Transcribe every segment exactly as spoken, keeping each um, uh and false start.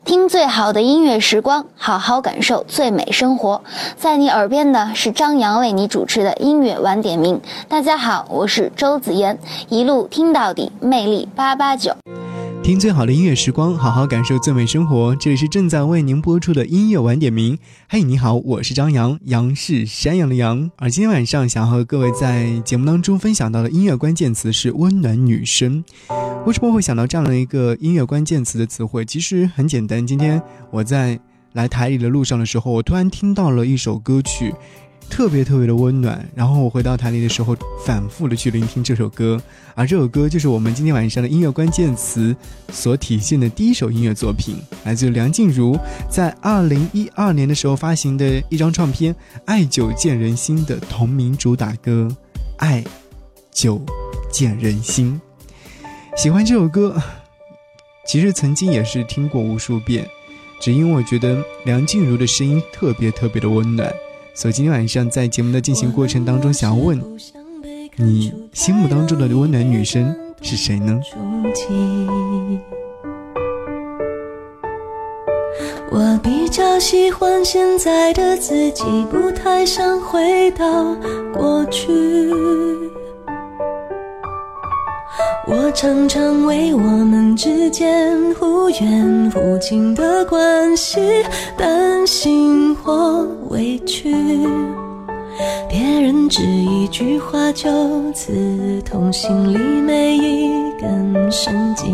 听最好的音乐时光，好好感受最美生活。在你耳边的是张扬为你主持的音乐晚点名。大家好，我是周子妍，一路听到底，魅力八八九。 听最好的音乐时光，好好感受最美生活。这里是正在为您播出的音乐晚点名。嘿，你好，我是张扬，杨是山羊的羊。而今天晚上想和各位在节目当中分享到的音乐关键词是温暖女生。为什么会想到这样的一个音乐关键词的词汇？其实很简单，今天我在来台里的路上的时候，我突然听到了一首歌曲，特别特别的温暖，然后我回到台里的时候反复的去聆听这首歌，而这首歌就是我们今天晚上的音乐关键词所体现的第一首音乐作品，来自梁静茹在二零一二年的时候发行的一张唱片《爱久见人心》的同名主打歌《爱久见人心》。喜欢这首歌，其实曾经也是听过无数遍，只因为我觉得梁静茹的声音特别特别的温暖，所以今天晚上在节目的进行过程当中，想要问你心目当中的温暖女生是谁呢？ 我比较喜欢现在的自己，不太想回到过去。我常常为我们之间忽远忽近的关系担心或委屈，别人只一句话就刺痛心里每一根神经。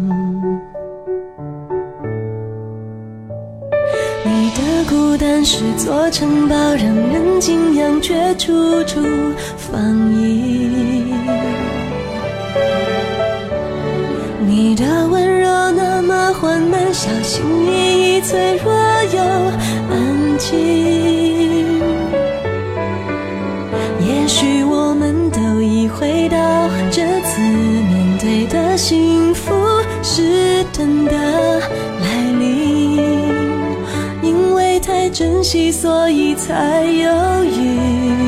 你的孤单是座城堡，让人敬仰却处处防御。你的温柔那么缓慢，小心翼翼，脆弱又安静。也许我们都已回到这次面对的幸福是真的来临，因为太珍惜所以才犹豫，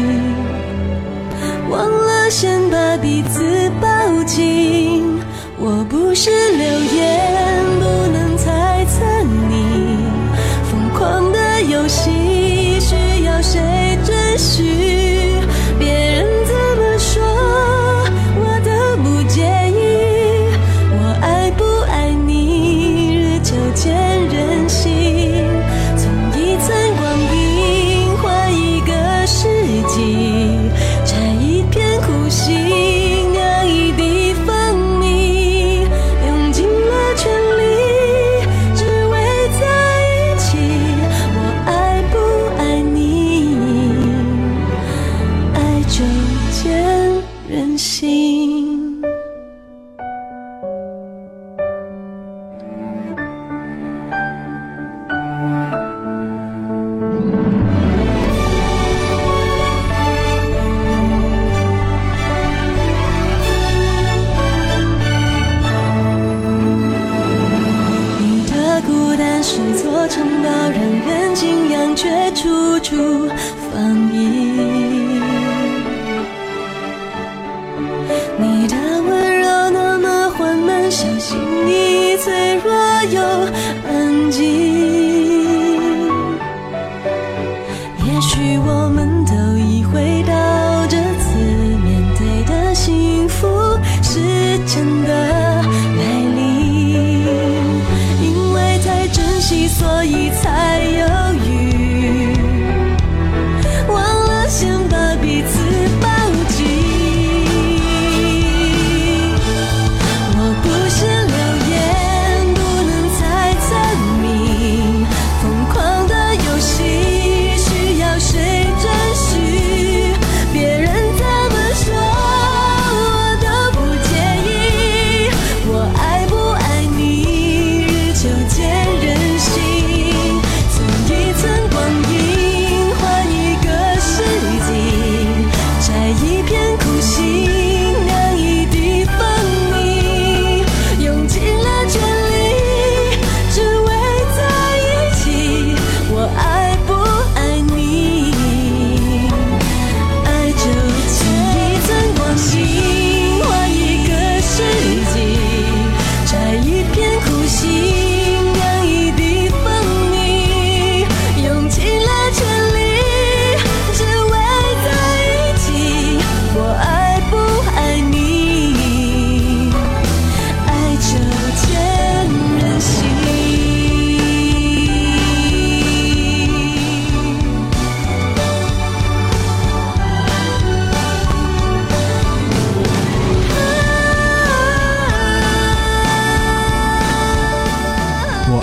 忘了先把彼此抱紧。我不是流言，不能猜测你疯狂的游戏需要谁准许，别人怎么说我都不介意，我爱不爱你日久见人心，从一寸光阴换一个世纪，摘一片苦心酿一滴蜂蜜，用尽了全力只为在一起，我爱不爱你，爱久见人心。是座城堡，让人敬仰却处处防御。你的温柔那么缓慢，小心翼翼，脆弱又安静。也许我们都已回到这次面对的幸福是真的来临，所以才犹豫，忘了先把彼此抱紧。我不是流言，不能猜测你疯狂的游戏需要谁准许，别人怎么说我都不介意，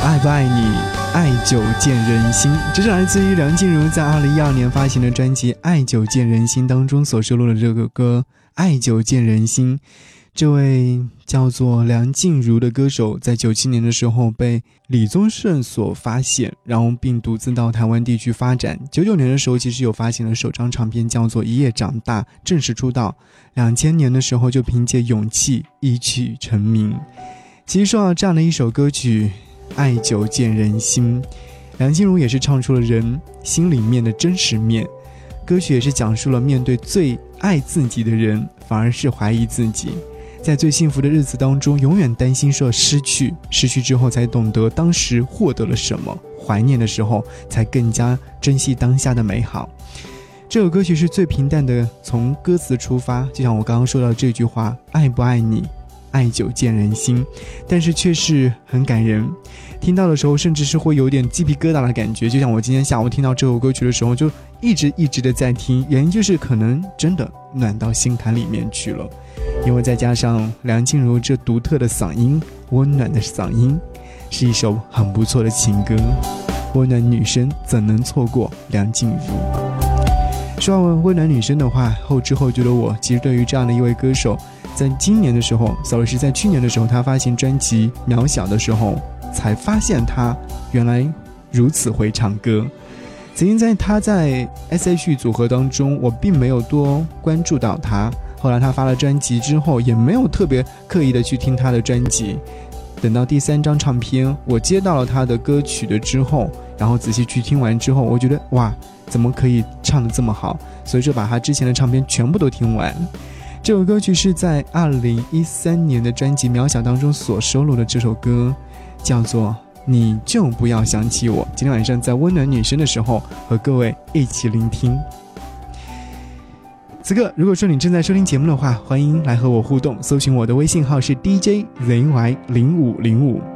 爱不爱你，爱久见人心。这是来自于梁静茹在二零一二年发行的专辑《爱久见人心》当中所收录的这个歌《爱久见人心》。这位叫做梁静茹的歌手在九七年的时候被李宗盛所发现，然后并独自到台湾地区发展。九九年的时候其实有发行了首张唱片叫做《一夜长大》，正式出道。两千年的时候就凭借《勇气》一曲成名。其实说到这样的一首歌曲爱久见人心，梁静茹也是唱出了人心里面的真实面。歌曲也是讲述了面对最爱自己的人反而是怀疑自己，在最幸福的日子当中永远担心说失去，失去之后才懂得当时获得了什么，怀念的时候才更加珍惜当下的美好。这首歌曲是最平淡的，从歌词出发，就像我刚刚说到这句话，爱不爱你，爱久见人心，但是却是很感人。听到的时候甚至是会有点鸡皮疙瘩的感觉，就像我今天下午听到这首歌曲的时候就一直一直的在听，原因就是可能真的暖到心坎里面去了。因为再加上梁静茹这独特的嗓音，温暖的嗓音，是一首很不错的情歌。温暖女生怎能错过梁静茹？说完温暖女生的话，后知后觉的我其实对于这样的一位歌手，在今年的时候 sorry 是在去年的时候，他发行专辑《渺小》的时候才发现他原来如此会唱歌。曾经在他在 S H 组合当中我并没有多关注到他，后来他发了专辑之后也没有特别刻意的去听他的专辑，等到第三张唱片我接到了他的歌曲的之后，然后仔细去听完之后，我觉得哇，怎么可以唱得这么好，所以就把他之前的唱片全部都听完。这首歌曲是在二零一三年的专辑《渺小》当中所收录的，这首歌叫做你就不要想起我。今天晚上在温暖女生的时候和各位一起聆听。此刻如果说你正在收听节目的话，欢迎来和我互动，搜寻我的微信号是 D J Z Y 零五零五。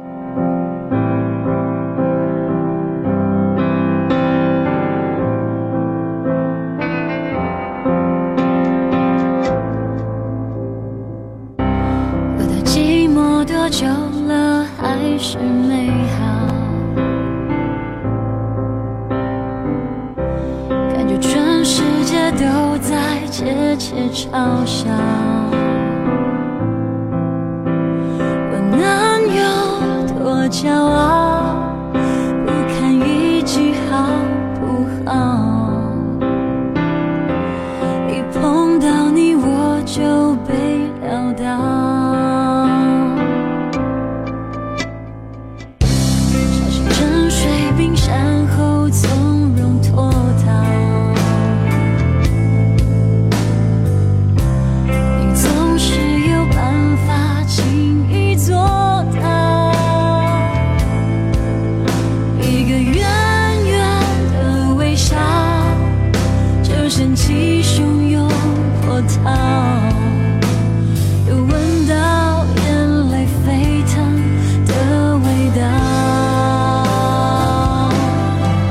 我的寂寞多久了还是美好，感觉全世界都在窃窃嘲笑，我能有多骄傲，不看一句好不好，一碰到你我就被撂倒，冰山后从容脱逃，你总是有办法轻易做到，一个圆圆的微笑就掀起汹涌波涛，又闻到眼泪沸腾的味道。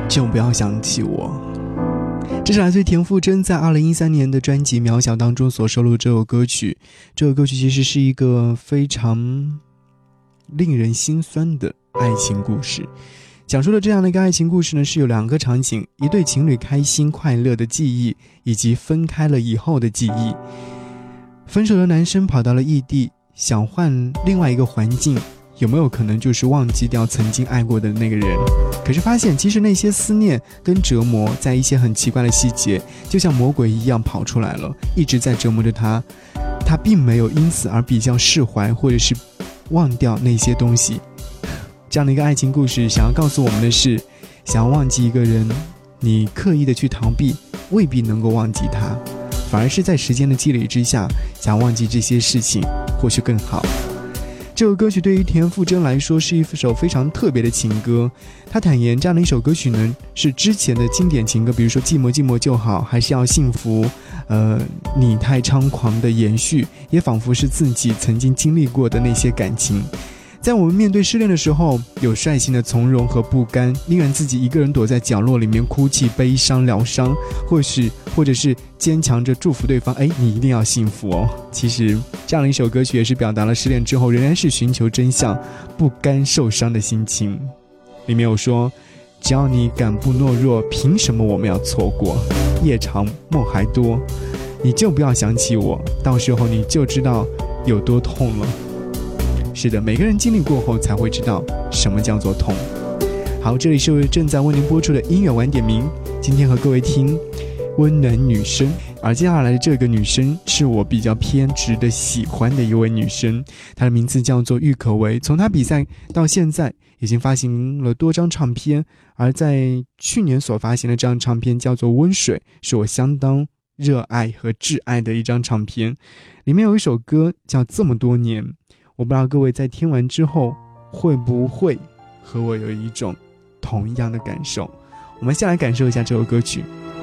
就不要想起我。这是来自田馥甄在二零一三年的专辑《渺小》当中所收录的这首歌曲。这首歌曲其实是一个非常令人心酸的爱情故事，讲述了这样的一个爱情故事呢，是有两个场景，一对情侣开心快乐的记忆，以及分开了以后的记忆。分手的男生跑到了异地，想换另外一个环境，有没有可能就是忘记掉曾经爱过的那个人？可是发现其实那些思念跟折磨，在一些很奇怪的细节，就像魔鬼一样跑出来了，一直在折磨着他。他并没有因此而比较释怀，或者是忘掉那些东西。这样的一个爱情故事想要告诉我们的是，想要忘记一个人，你刻意的去逃避，未必能够忘记他，反而是在时间的积累之下，想要忘记这些事情或许更好。这首歌曲对于田馥甄来说是一首非常特别的情歌。他坦言，这样的一首歌曲呢，是之前的经典情歌，比如说寂寞寂寞就好，还是要幸福，呃，你太猖狂的延续，也仿佛是自己曾经经历过的那些感情。在我们面对失恋的时候，有率性的从容和不甘，宁愿自己一个人躲在角落里面哭泣悲伤疗伤，或是或者是坚强着祝福对方，哎，你一定要幸福哦。其实这样的一首歌曲也是表达了失恋之后仍然是寻求真相，不甘受伤的心情。里面有说，只要你敢不懦弱，凭什么我们要错过？夜长梦还多，你就不要想起我，到时候你就知道有多痛了。是的，每个人经历过后才会知道什么叫做痛。好，这里是正在为您播出的音乐晚点名，今天和各位听温暖女生，而接下来的这个女生是我比较偏执的喜欢的一位女生，她的名字叫做郁可唯。从她比赛到现在已经发行了多张唱片，而在去年所发行的这张唱片叫做温水，是我相当热爱和挚爱的一张唱片。里面有一首歌叫这么多年，我不知道各位在听完之后会不会和我有一种同样的感受。我们先来感受一下这首歌曲。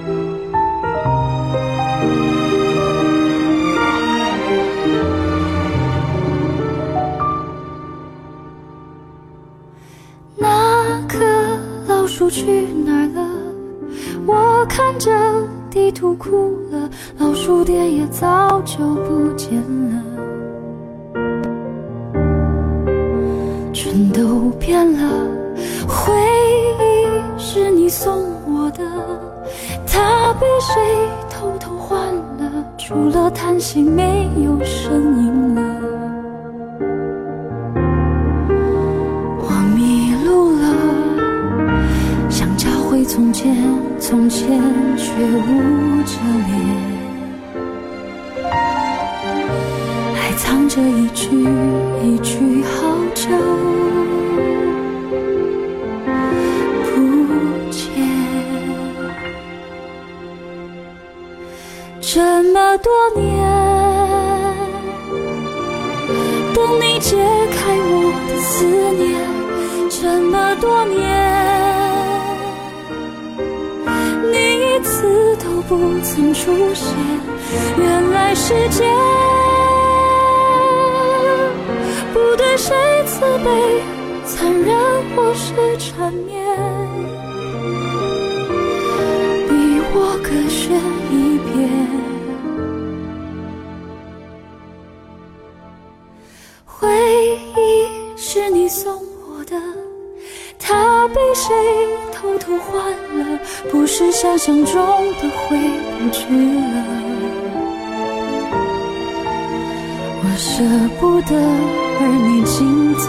那颗老鼠去哪儿了？我看着地图哭了，老鼠店也早就不见了，全都变了。回忆是你送我的，它被谁偷偷换了？除了叹息没有声音了。我迷路了，想找回从前，从前却捂着脸，还藏着一句一句好久这么多年，等你解开我的思念，这么多年，你一次都不曾出现。原来世界不对谁慈悲，残忍或是缠绵，逼我各选一边。回忆是你送我的，它被谁偷偷换了？不是想象中的回不去了。我舍不得，而你竟走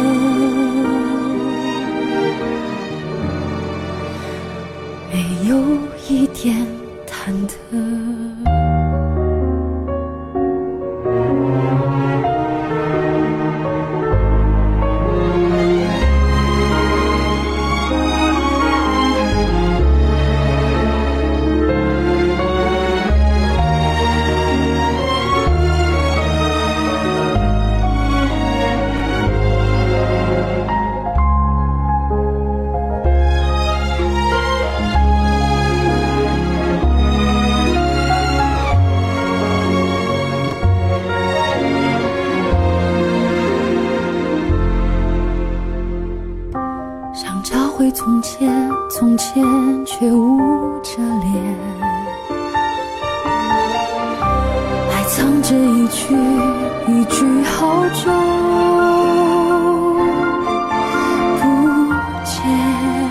的没有一点忐忑。 从前却捂着脸，还藏着一句一句好久不见。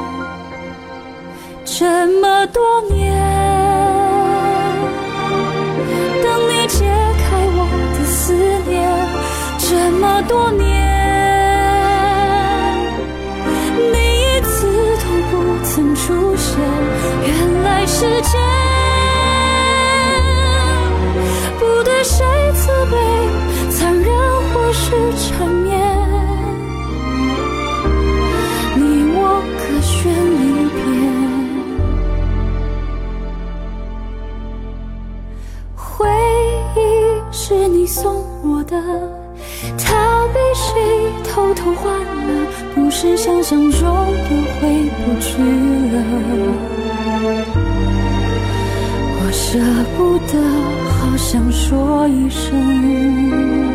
这么多年，等你解开我的思念，这么多年，你一次都不曾出现。原来时间不对谁慈悲，残忍或是缠绵，你我各选一边。回忆是你送我的，它被谁偷偷换了，不是想象中的回不去了。我舍不得，好想说一声，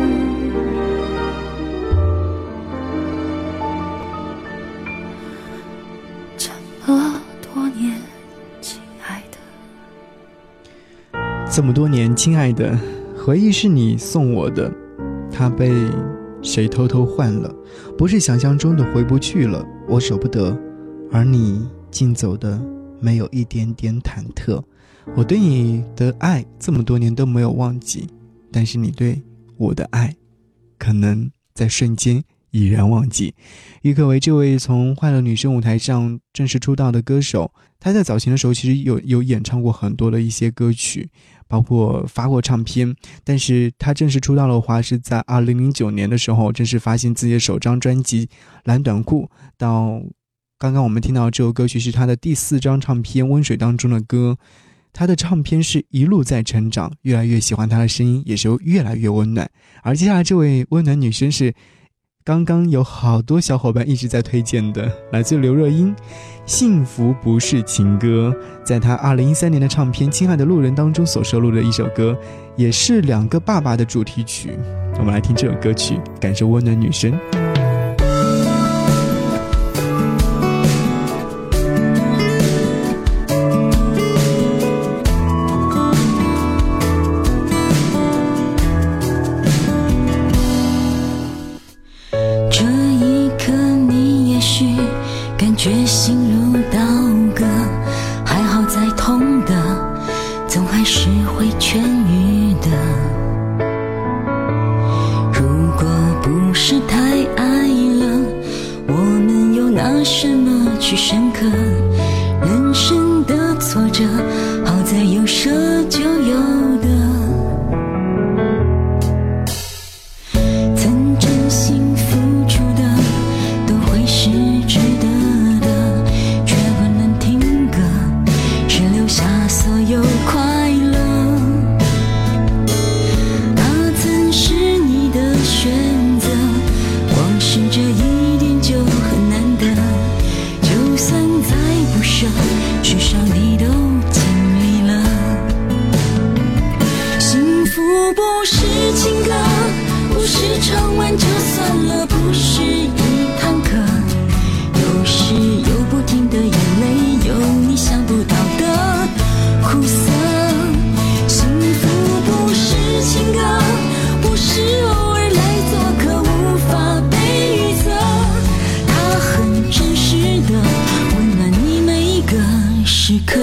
这么多年，亲爱的。 这么多年，亲爱的，回忆是你送我的，它被谁偷偷换了，不是想象中的回不去了，我舍不得，而你竟走的没有一点点忐忑。我对你的爱这么多年都没有忘记，但是你对我的爱可能在瞬间已然忘记。郁可唯这位从快乐女声舞台上正式出道的歌手，她在早前的时候其实有有演唱过很多的一些歌曲，包括发过唱片，但是她正式出道的话是在二零零九年的时候正式发行自己的首张专辑《蓝短裤》，到刚刚我们听到这首歌曲是她的第四张唱片《温水》当中的歌。她的唱片是一路在成长，越来越喜欢她的声音，也是越来越温暖。而接下来这位温暖女生是刚刚有好多小伙伴一直在推荐的，来自刘若英，幸福不是情歌，在她二零一三年的唱片《亲爱的路人》当中所收录的一首歌，也是两个爸爸的主题曲。我们来听这首歌曲，感受温暖女生。 觉心如刀割，还好再痛的总还是会痊愈的。如果不是太爱了，我们又拿什么去深刻？人生的挫折好在有舍就有的，曾真心付出的都会是值得，有快乐，它曾是你的选择，光是这一点就很难得。就算再不舍，至少你都尽力了。幸福不是情歌，不是唱完就算了，不是一堂课，有时有不停的眼泪，有你想不到的苦涩。幸福不是情歌，不是偶尔来做客，无法被预测，它很真实的温暖你每一个时刻。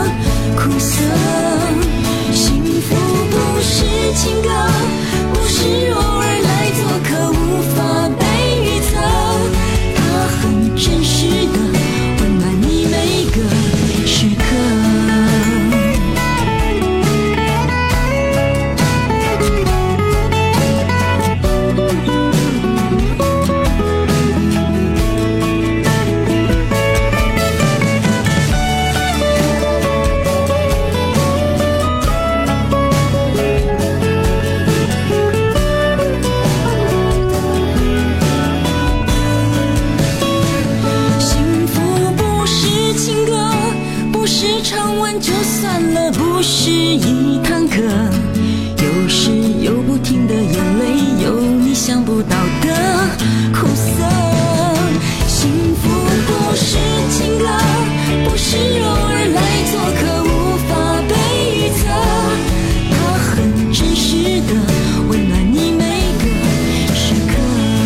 情歌不是到的苦涩。幸福不是情歌，不是偶尔来做客，无法被预测。它很真实的温暖你每个时刻，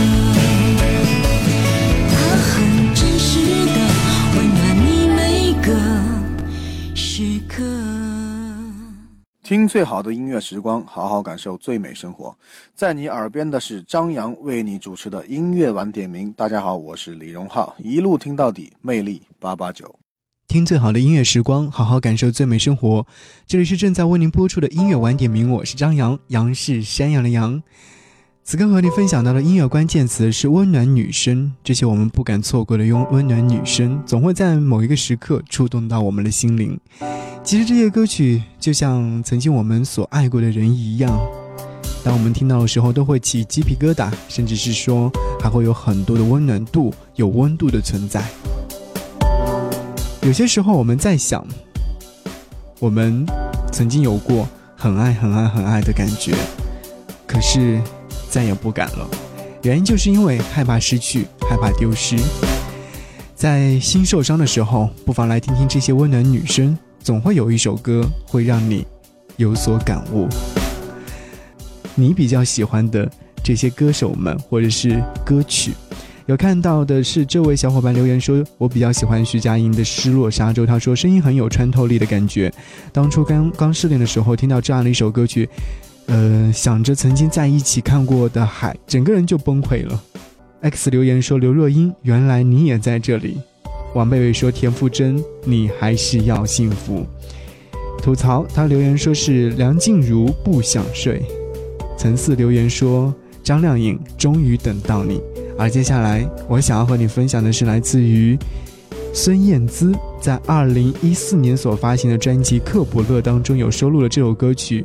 它很真实的温暖你每个时刻。 听最好的音乐时光，好好感受最美生活。在你耳边的是张扬为你主持的音乐晚点名。大家好，我是李荣浩，一路听到底，魅力八八九。 听最好的音乐时光，好好感受最美生活。这里是正在为您播出的音乐晚点名，我是张扬，杨是山羊的羊。此刻和你分享到的音乐关键词是温暖女声，这些我们不敢错过的用温暖女声，总会在某一个时刻触动到我们的心灵。其实这些歌曲就像曾经我们所爱过的人一样，当我们听到的时候都会起鸡皮疙瘩，甚至是说还会有很多的温暖度，有温度的存在。有些时候我们在想，我们曾经有过很爱很爱很爱的感觉，可是再也不敢了，原因就是因为害怕失去，害怕丢失。在心受伤的时候，不妨来听听这些温暖女声，总会有一首歌会让你有所感悟。你比较喜欢的这些歌手们或者是歌曲，有看到的是这位小伙伴留言说，我比较喜欢徐佳莹的《失落沙洲》，他说声音很有穿透力的感觉，当初刚刚失恋的时候听到这样的一首歌曲，呃，想着曾经在一起看过的海，整个人就崩溃了。 X 留言说，刘若英原来你也在这里。王贝贝说，田馥甄你还是要幸福。吐槽他留言说是梁静茹不想睡。陈四留言说，张靓颖终于等到你。而接下来我想要和你分享的是来自于孙燕姿在二零一四年所发行的专辑《克卜勒》当中有收录了这首歌曲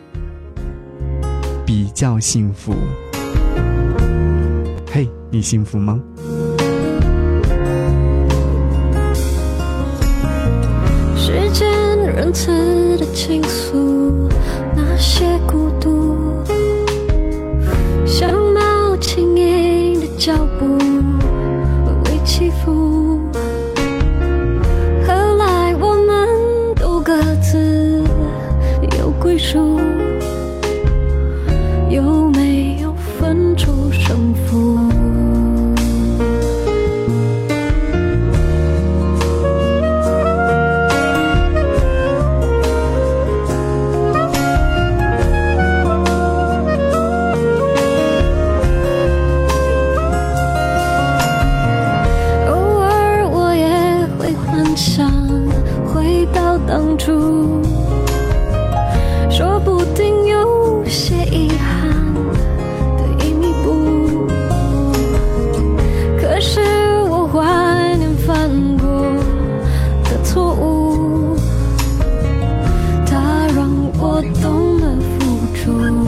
比较幸福。嘿、hey, 你幸福吗？ 时间仁慈的倾诉那些孤独，像猫轻盈的脚步微微起伏，后来我们都各自有归属，有没有分出胜负？当初说不定有些遗憾得以弥补，可是我怀念犯过的错误，它让我懂得付出。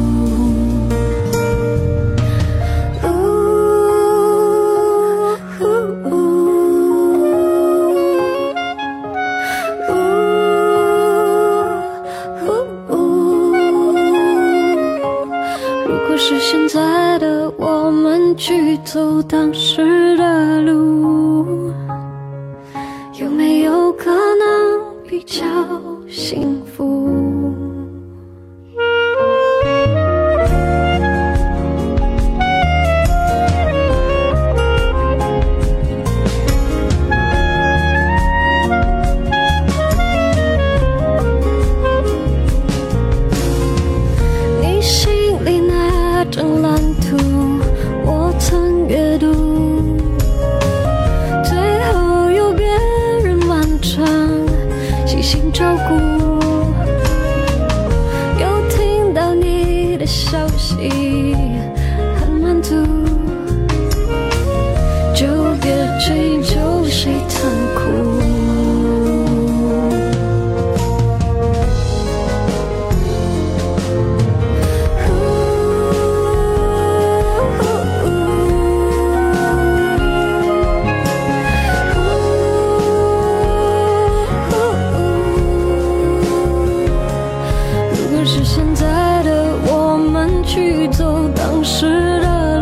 是现在的我们去走当时的路，有没有可能比较幸福？整蓝图我曾阅读，最后由别人完成，细心照顾。又听到你的消息，很满足，就别追究谁残酷。是现在的我们去走当时的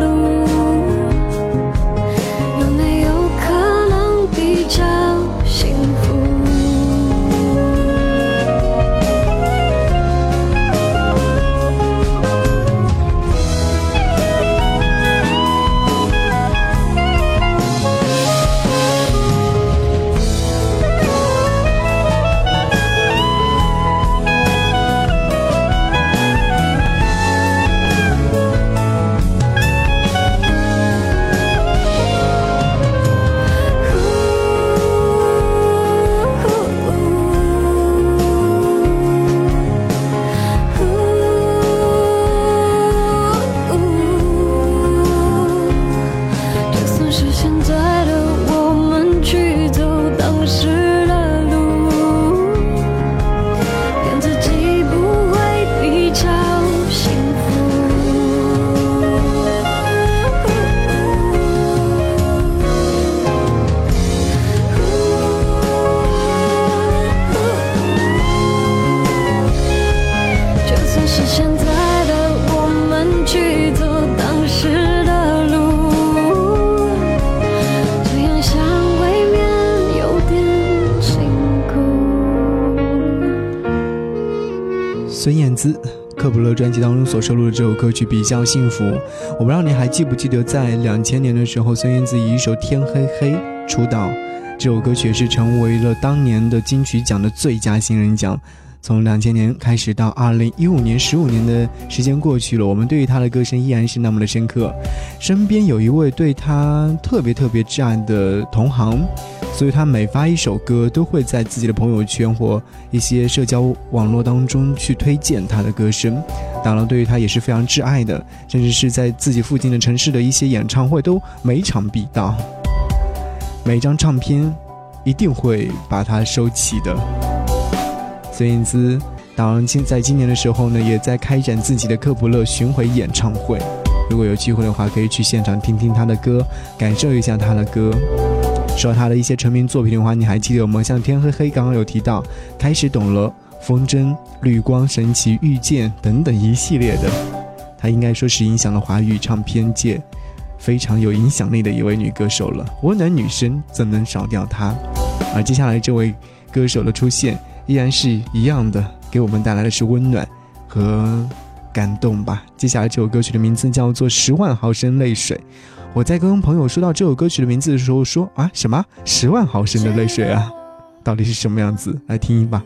孙燕姿科普勒专辑当中所收录的这首歌曲《比较幸福》。我不知道你还记不记得，在两千年的时候，孙燕姿以一首《天黑黑》出道，这首歌曲也是成为了当年的金曲奖的最佳新人奖。从两千年开始到二零一五年，十五年的时间过去了，我们对于他的歌声依然是那么的深刻。身边有一位对他特别特别挚爱的同行，所以他每发一首歌都会在自己的朋友圈或一些社交网络当中去推荐他的歌声。当然对于他也是非常挚爱的，甚至是在自己附近的城市的一些演唱会都每场必到，每一张唱片一定会把它收齐的。孙燕姿当然在今年的时候呢，也在开展自己的科普勒巡回演唱会，如果有机会的话，可以去现场听听他的歌，感受一下他的歌。说他的一些成名作品的话，你还记得吗？像天黑黑刚刚有提到，开始懂了，风筝、绿光、神奇、遇见等等一系列的，他应该说是影响了华语唱片界非常有影响力的一位女歌手了。温暖女生怎能少掉她？而接下来这位歌手的出现依然是一样的，给我们带来的是温暖和感动吧。接下来这首歌曲的名字叫做《十万毫升泪水》。我在跟朋友说到这首歌曲的名字的时候说啊，什么十万毫升的泪水啊，到底是什么样子？来听一吧。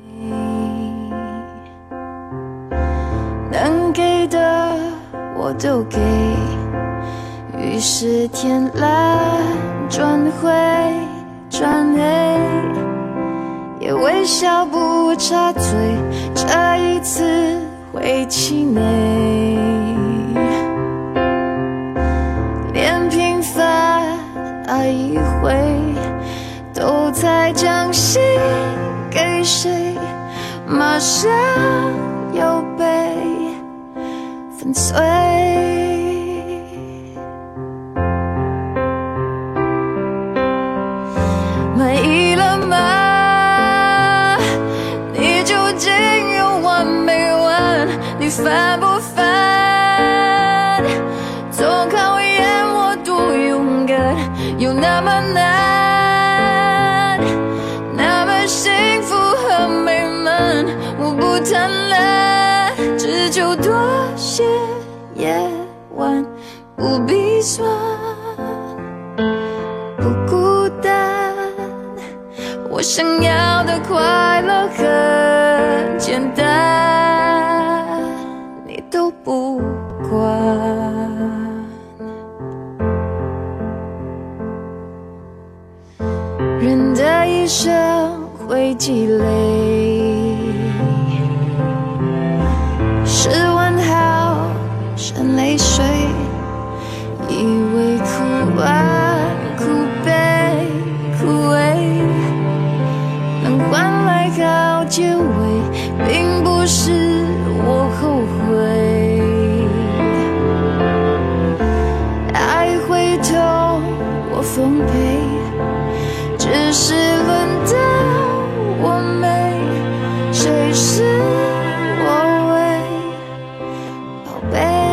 能给的我都给，于是天蓝转灰转黑，也微笑不插嘴，这一次会气馁，连平凡爱一回，都在将心给谁，马上又被粉碎。满意了吗？你究竟有完没完？你烦不烦？总考验我多勇敢，有那么难？那么幸福和美满，我不贪婪，只求多些夜晚，不必酸，不孤单。我想要的快乐很简单，你都不管。人的一生会积累十万毫升泪水，以为哭完哭悲哭萎能换来好结尾，并不是我后悔。爱会痛我奉陪，只是轮到我没，谁是我为宝贝。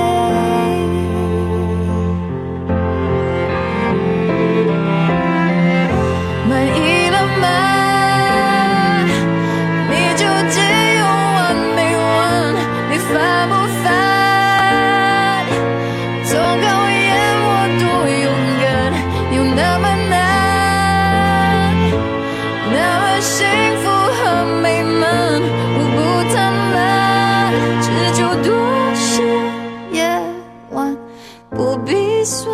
满意了吗？你究竟有完没完？你烦不烦？总考验我多勇敢，有那么难？那么幸福和美满，我不贪婪，只求多些夜晚，不必酸，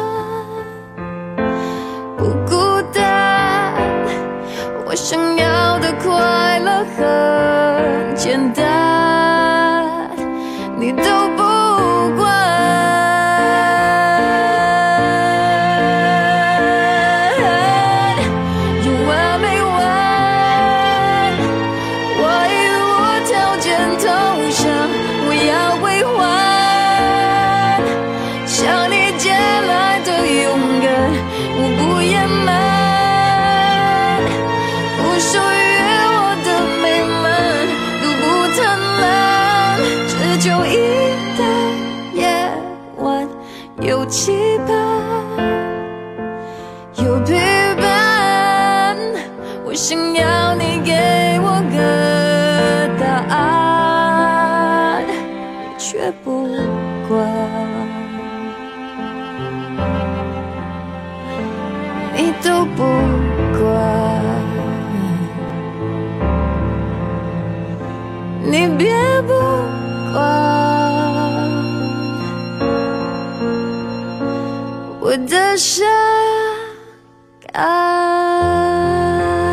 不孤单。我想要的快乐很简单，你都不管。有完没完？我已无条件投降，我要归还。向你借来的勇敢，我不掩瞒。不属于我的美满，都不贪婪，只求一个夜晚，有期盼，有陪伴。我想要你给我个答案， 却不管，你都不管，你别不管我的伤感。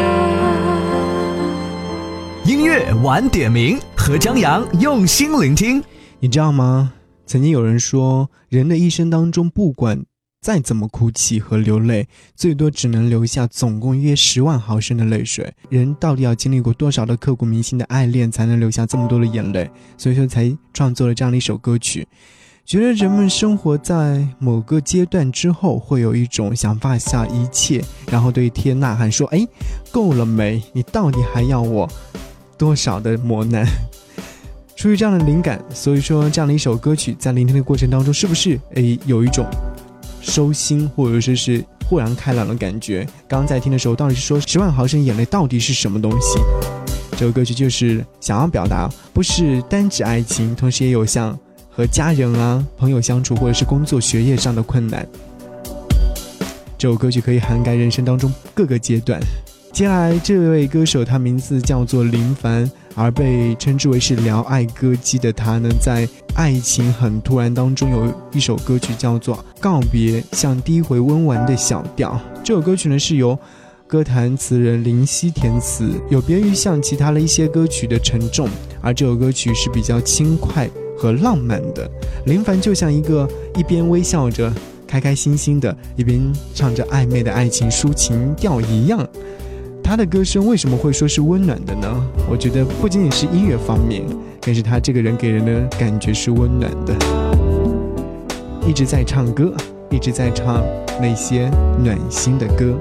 音乐晚点名，和张扬用心聆听。 你知道吗？曾经有人说，人的一生当中，不管再怎么哭泣和流泪，最多只能留下总共约十万毫升的泪水。人到底要经历过多少的刻骨铭心的爱恋，才能留下这么多的眼泪？所以说才创作了这样的一首歌曲。觉得人们生活在某个阶段之后，会有一种想放下一切，然后对天呐喊说，哎，够了没？你到底还要我多少的磨难？出于这样的灵感，所以说这样的一首歌曲在聆听的过程当中，是不是诶有一种收心或者说是豁然开朗的感觉？刚刚在听的时候，到底是说十万毫升眼泪到底是什么东西？这首歌曲就是想要表达，不是单指爱情，同时也有像和家人啊、朋友相处，或者是工作、学业上的困难。这首歌曲可以涵盖人生当中各个阶段。接下来这位歌手，他名字叫做林凡，而被称之为是聊爱歌姬的他呢，在爱情很突然当中有一首歌曲叫做《告别像第一回温婉的小调》。这首歌曲呢是由歌坛词人林夕填词，有别于像其他的一些歌曲的沉重，而这首歌曲是比较轻快和浪漫的。林凡就像一个一边微笑着开开心心的，一边唱着暧昧的爱情抒情调一样。他的歌声为什么会说是温暖的呢？我觉得不仅仅是音乐方面，更是他这个人给人的感觉是温暖的。一直在唱歌，一直在唱那些暖心的歌。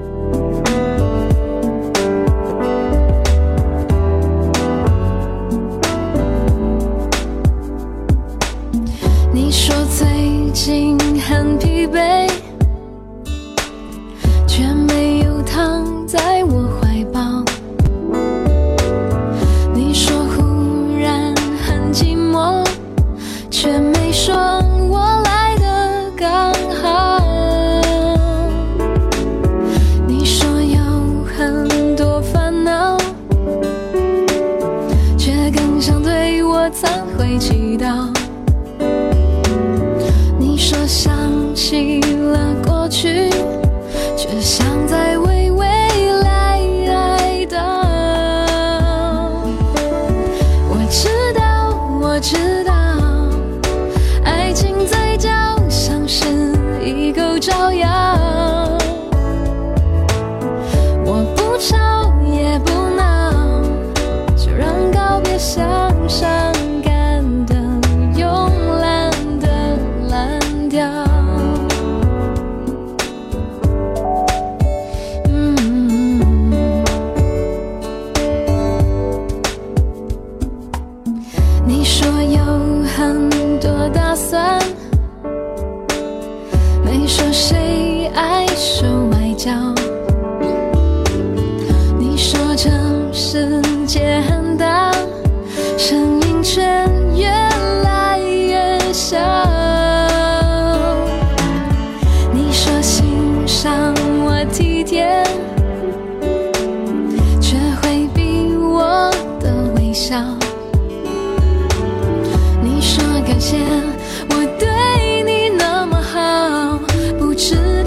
你说最近很疲惫，却没有躺在我怀抱。你说忽然很寂寞，却没说我来得刚好。你说有很多烦恼，却更想对我忏悔祈祷。你说想起了过去，却想在为未来哀悼。我知道，我知道，爱情嘴角像是一口照药。我不吵也不闹，就让告别像伤感的慵懒的蓝调。你说有很多打算，没说谁爱受爱教。你说这世界很大，声音却越来越小。你说欣赏我体贴，却回避我的微笑。你说感谢我对你那么好，不知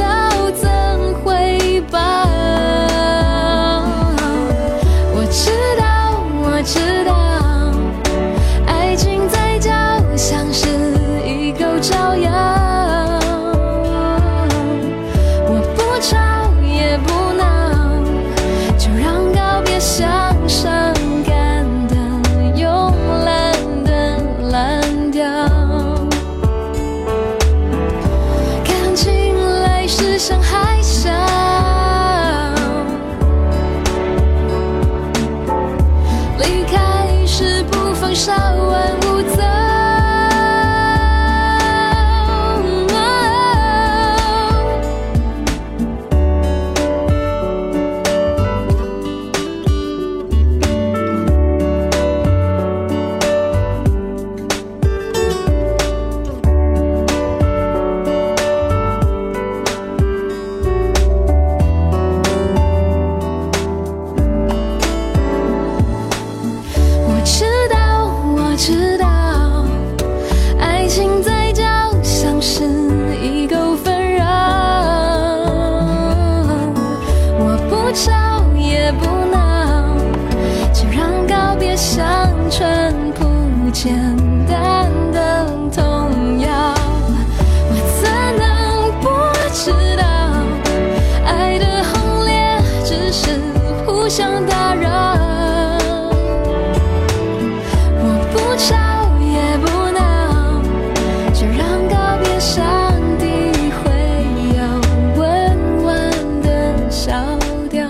简单的童谣，我怎能不知道，爱的轰烈只是互相打扰。我不吵也不闹，就让告别上帝会有温婉的小调，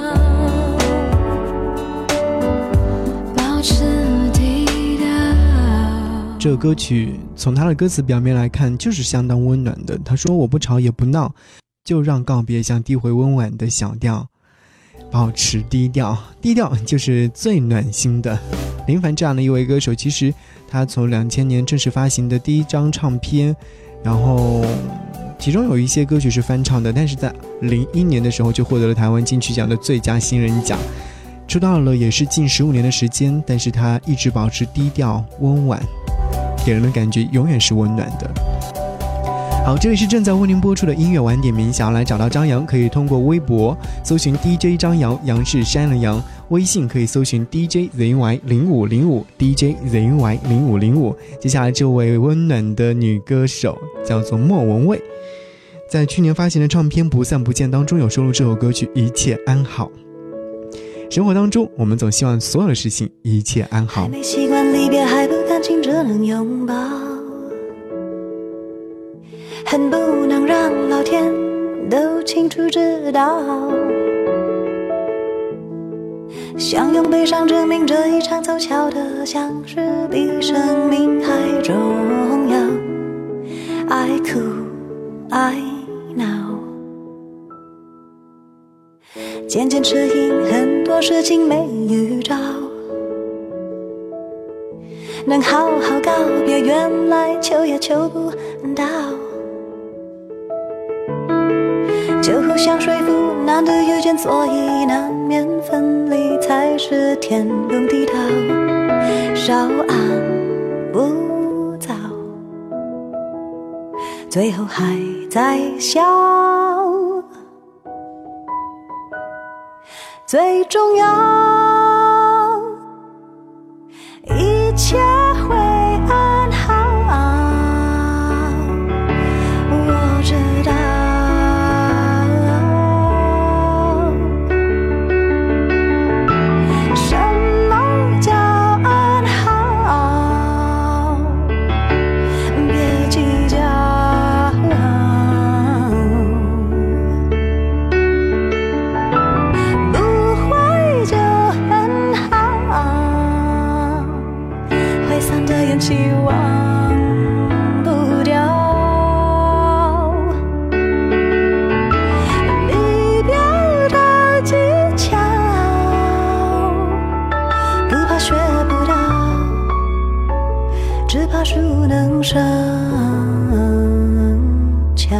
保持低调。 这首歌曲从它的歌词表面来看就是相当温暖的。他说我不吵也不闹，就让告别像递回温婉的小调，保持低调，低调就是最暖心的。林凡这样的一位歌手，其实他从两千年正式发行的第一张唱片，然后其中有一些歌曲是翻唱的，但是在零一年的时候就获得了台湾金曲奖的最佳新人奖。出道了也是近十五年的时间，但是他一直保持低调温婉，给人的感觉永远是温暖的。好，这里是正在为您播出的音乐晚点名，想要来找到张扬，可以通过微博搜寻 D J 张扬，杨是山的杨，微信可以搜寻 D J Z Y 零五零五 D J Z Y 零五零五。接下来这位温暖的女歌手叫做莫文蔚，在去年发行的唱片《不散不见》当中有收录这首歌曲《一切安好》。生活当中我们总希望所有的事情一切安好， 还没习惯离别，还不敢亲只能拥抱，恨不能让老天都清楚知道，想用悲伤证明这一场凑巧的相识比生命还重要。爱哭爱闹，渐渐适应很多事情没预兆，能好好告别，原来求也求不到，就互相说服，难得遇见，所以难免分离，才是天公地道，稍安勿躁，最后还在笑，最重要一切会安好，我知道什么叫安好，别计较，不会就很好，挥散的烟气忘不掉，离别的技巧不怕学不到，只怕熟能生巧。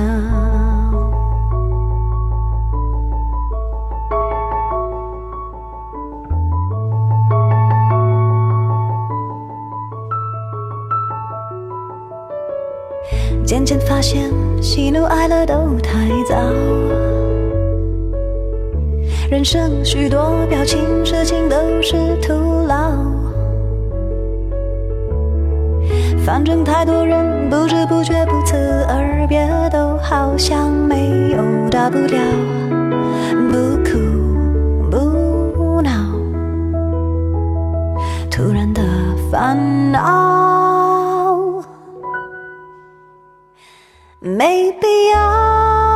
渐渐发现喜怒哀乐都太早，人生许多表情事情都是徒劳，反正太多人不知不觉不辞而别，都好像没有大不了，不哭不闹，突然的烦恼没必要。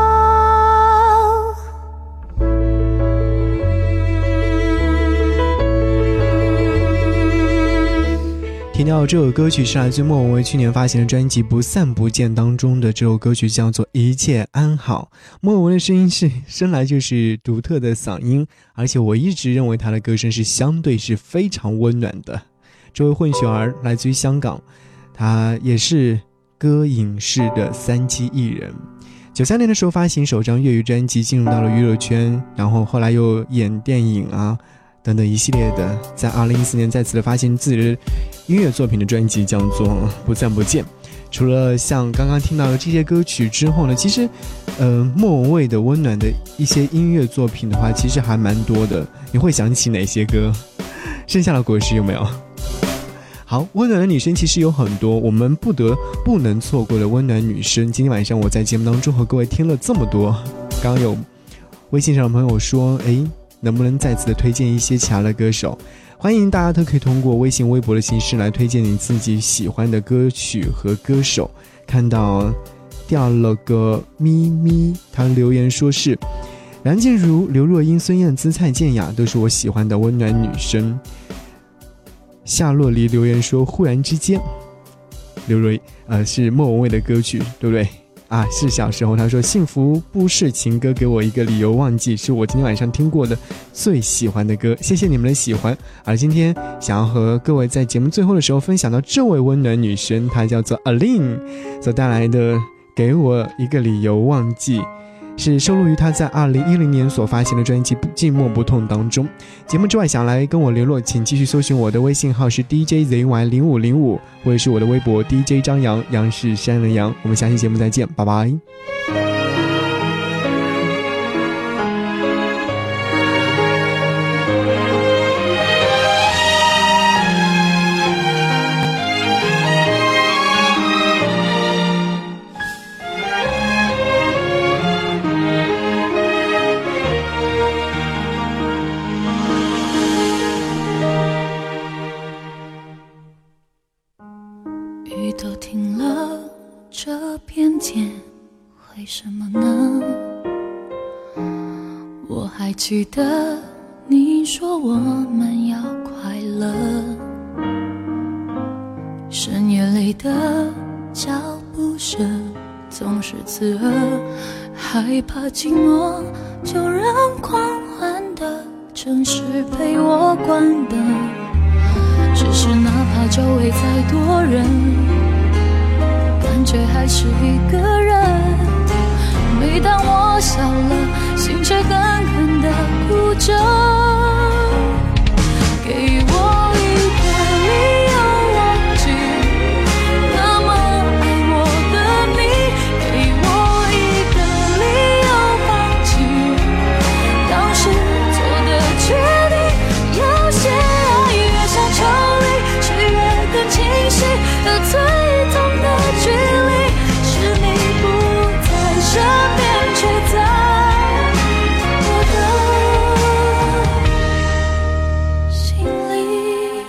听到这首歌曲是来自莫文蔚去年发行的专辑《不散不见》当中的这首歌曲，叫做《一切安好》。莫文蔚的声音是生来就是独特的嗓音，而且我一直认为她的歌声是相对是非常温暖的。这位混血儿来自于香港，她也是歌影视的三栖艺人。九三年的时候发行首张粤语专辑，进入到了娱乐圈，然后后来又演电影啊等等一系列的，在二零一四年再次的发行自己的音乐作品的专辑，叫做《不散不见》。除了像刚刚听到的这些歌曲之后呢，其实呃，莫文蔚的温暖的一些音乐作品的话，其实还蛮多的。你会想起哪些歌？剩下的果实有没有？ 好，温暖的女生其实有很多，我们不得不能错过的温暖女生。今天晚上我在节目当中和各位听了这么多，刚刚有微信上的朋友说，诶，能不能再次的推荐一些其他的歌手？欢迎大家都可以通过微信微博的形式来推荐你自己喜欢的歌曲和歌手。看到掉了个咪咪，他留言说是梁静茹、刘若英、孙燕姿、蔡健雅都是我喜欢的温暖女生。夏洛黎留言说忽然之间，刘若英呃是莫文蔚的歌曲对不对啊？是小时候他说幸福不是情歌，给我一个理由忘记，是我今天晚上听过的最喜欢的歌，谢谢你们的喜欢。而今天想要和各位在节目最后的时候分享到这位温暖女生，她叫做 Aline 所带来的给我一个理由忘记，是收录于她在二零一零年所发行的专辑《寂寞不痛》当中。节目之外想来跟我联络，请继续搜寻我的微信号是 D J Z Y 零五零五， 或者是我的微博 D J 张扬，杨是山的杨。我们下期节目再见，拜拜。 雨都停了，这片天为什么呢？我还记得你说我们要快乐，深夜里的脚步声总是刺耳，害怕寂寞就让狂欢的城市陪我关灯，只是哪怕周围再多人，感觉还是一个人。每当我笑了，心却狠狠地哭着。给我一个理由忘记那么爱我的你，给我一个理由放弃当时做的决定。有些爱越想抽离，却越更清晰，而最痛的距离是你不在身边，却在我的心里。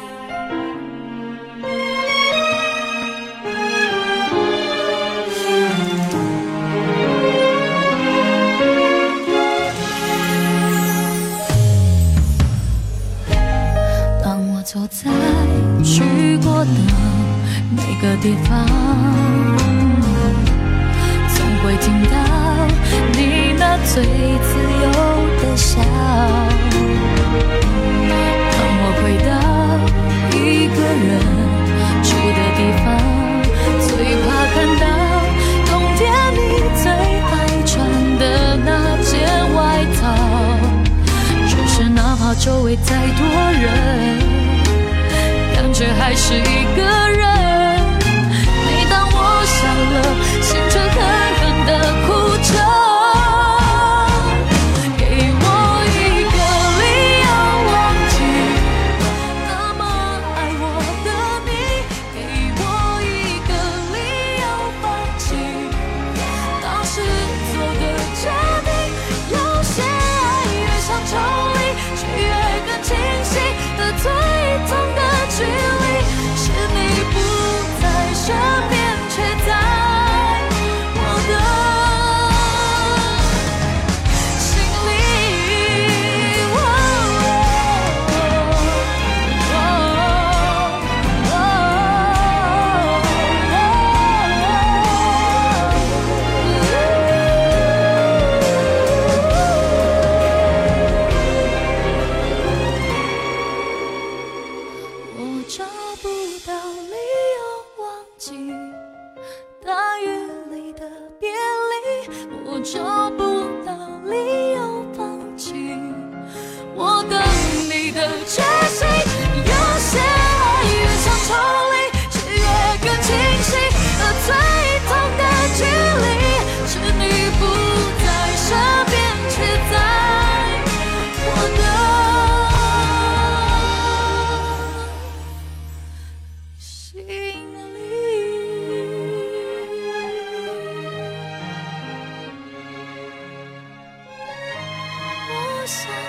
当我走在去过的每个地方，总会听到你那最自由的笑。当我回到一个人住的地方，最怕看到冬天你最爱穿的那件外套。只是哪怕周围再多人，感觉还是一个人。每当我笑了，心却狠狠地哭着。给我一个理由忘记那么爱我的你，给我一个理由放弃当时做的决定。有些爱越想抽离，却越更清晰，而最痛的距离是你不在身边，却在我的心里。哦哦哦我找不到理由忘记大雨里的别离，我找不到理由放弃我等你的决心。有些爱越想抽离，却越更清晰，而最痛的距离是你不在身边，却在我的留下。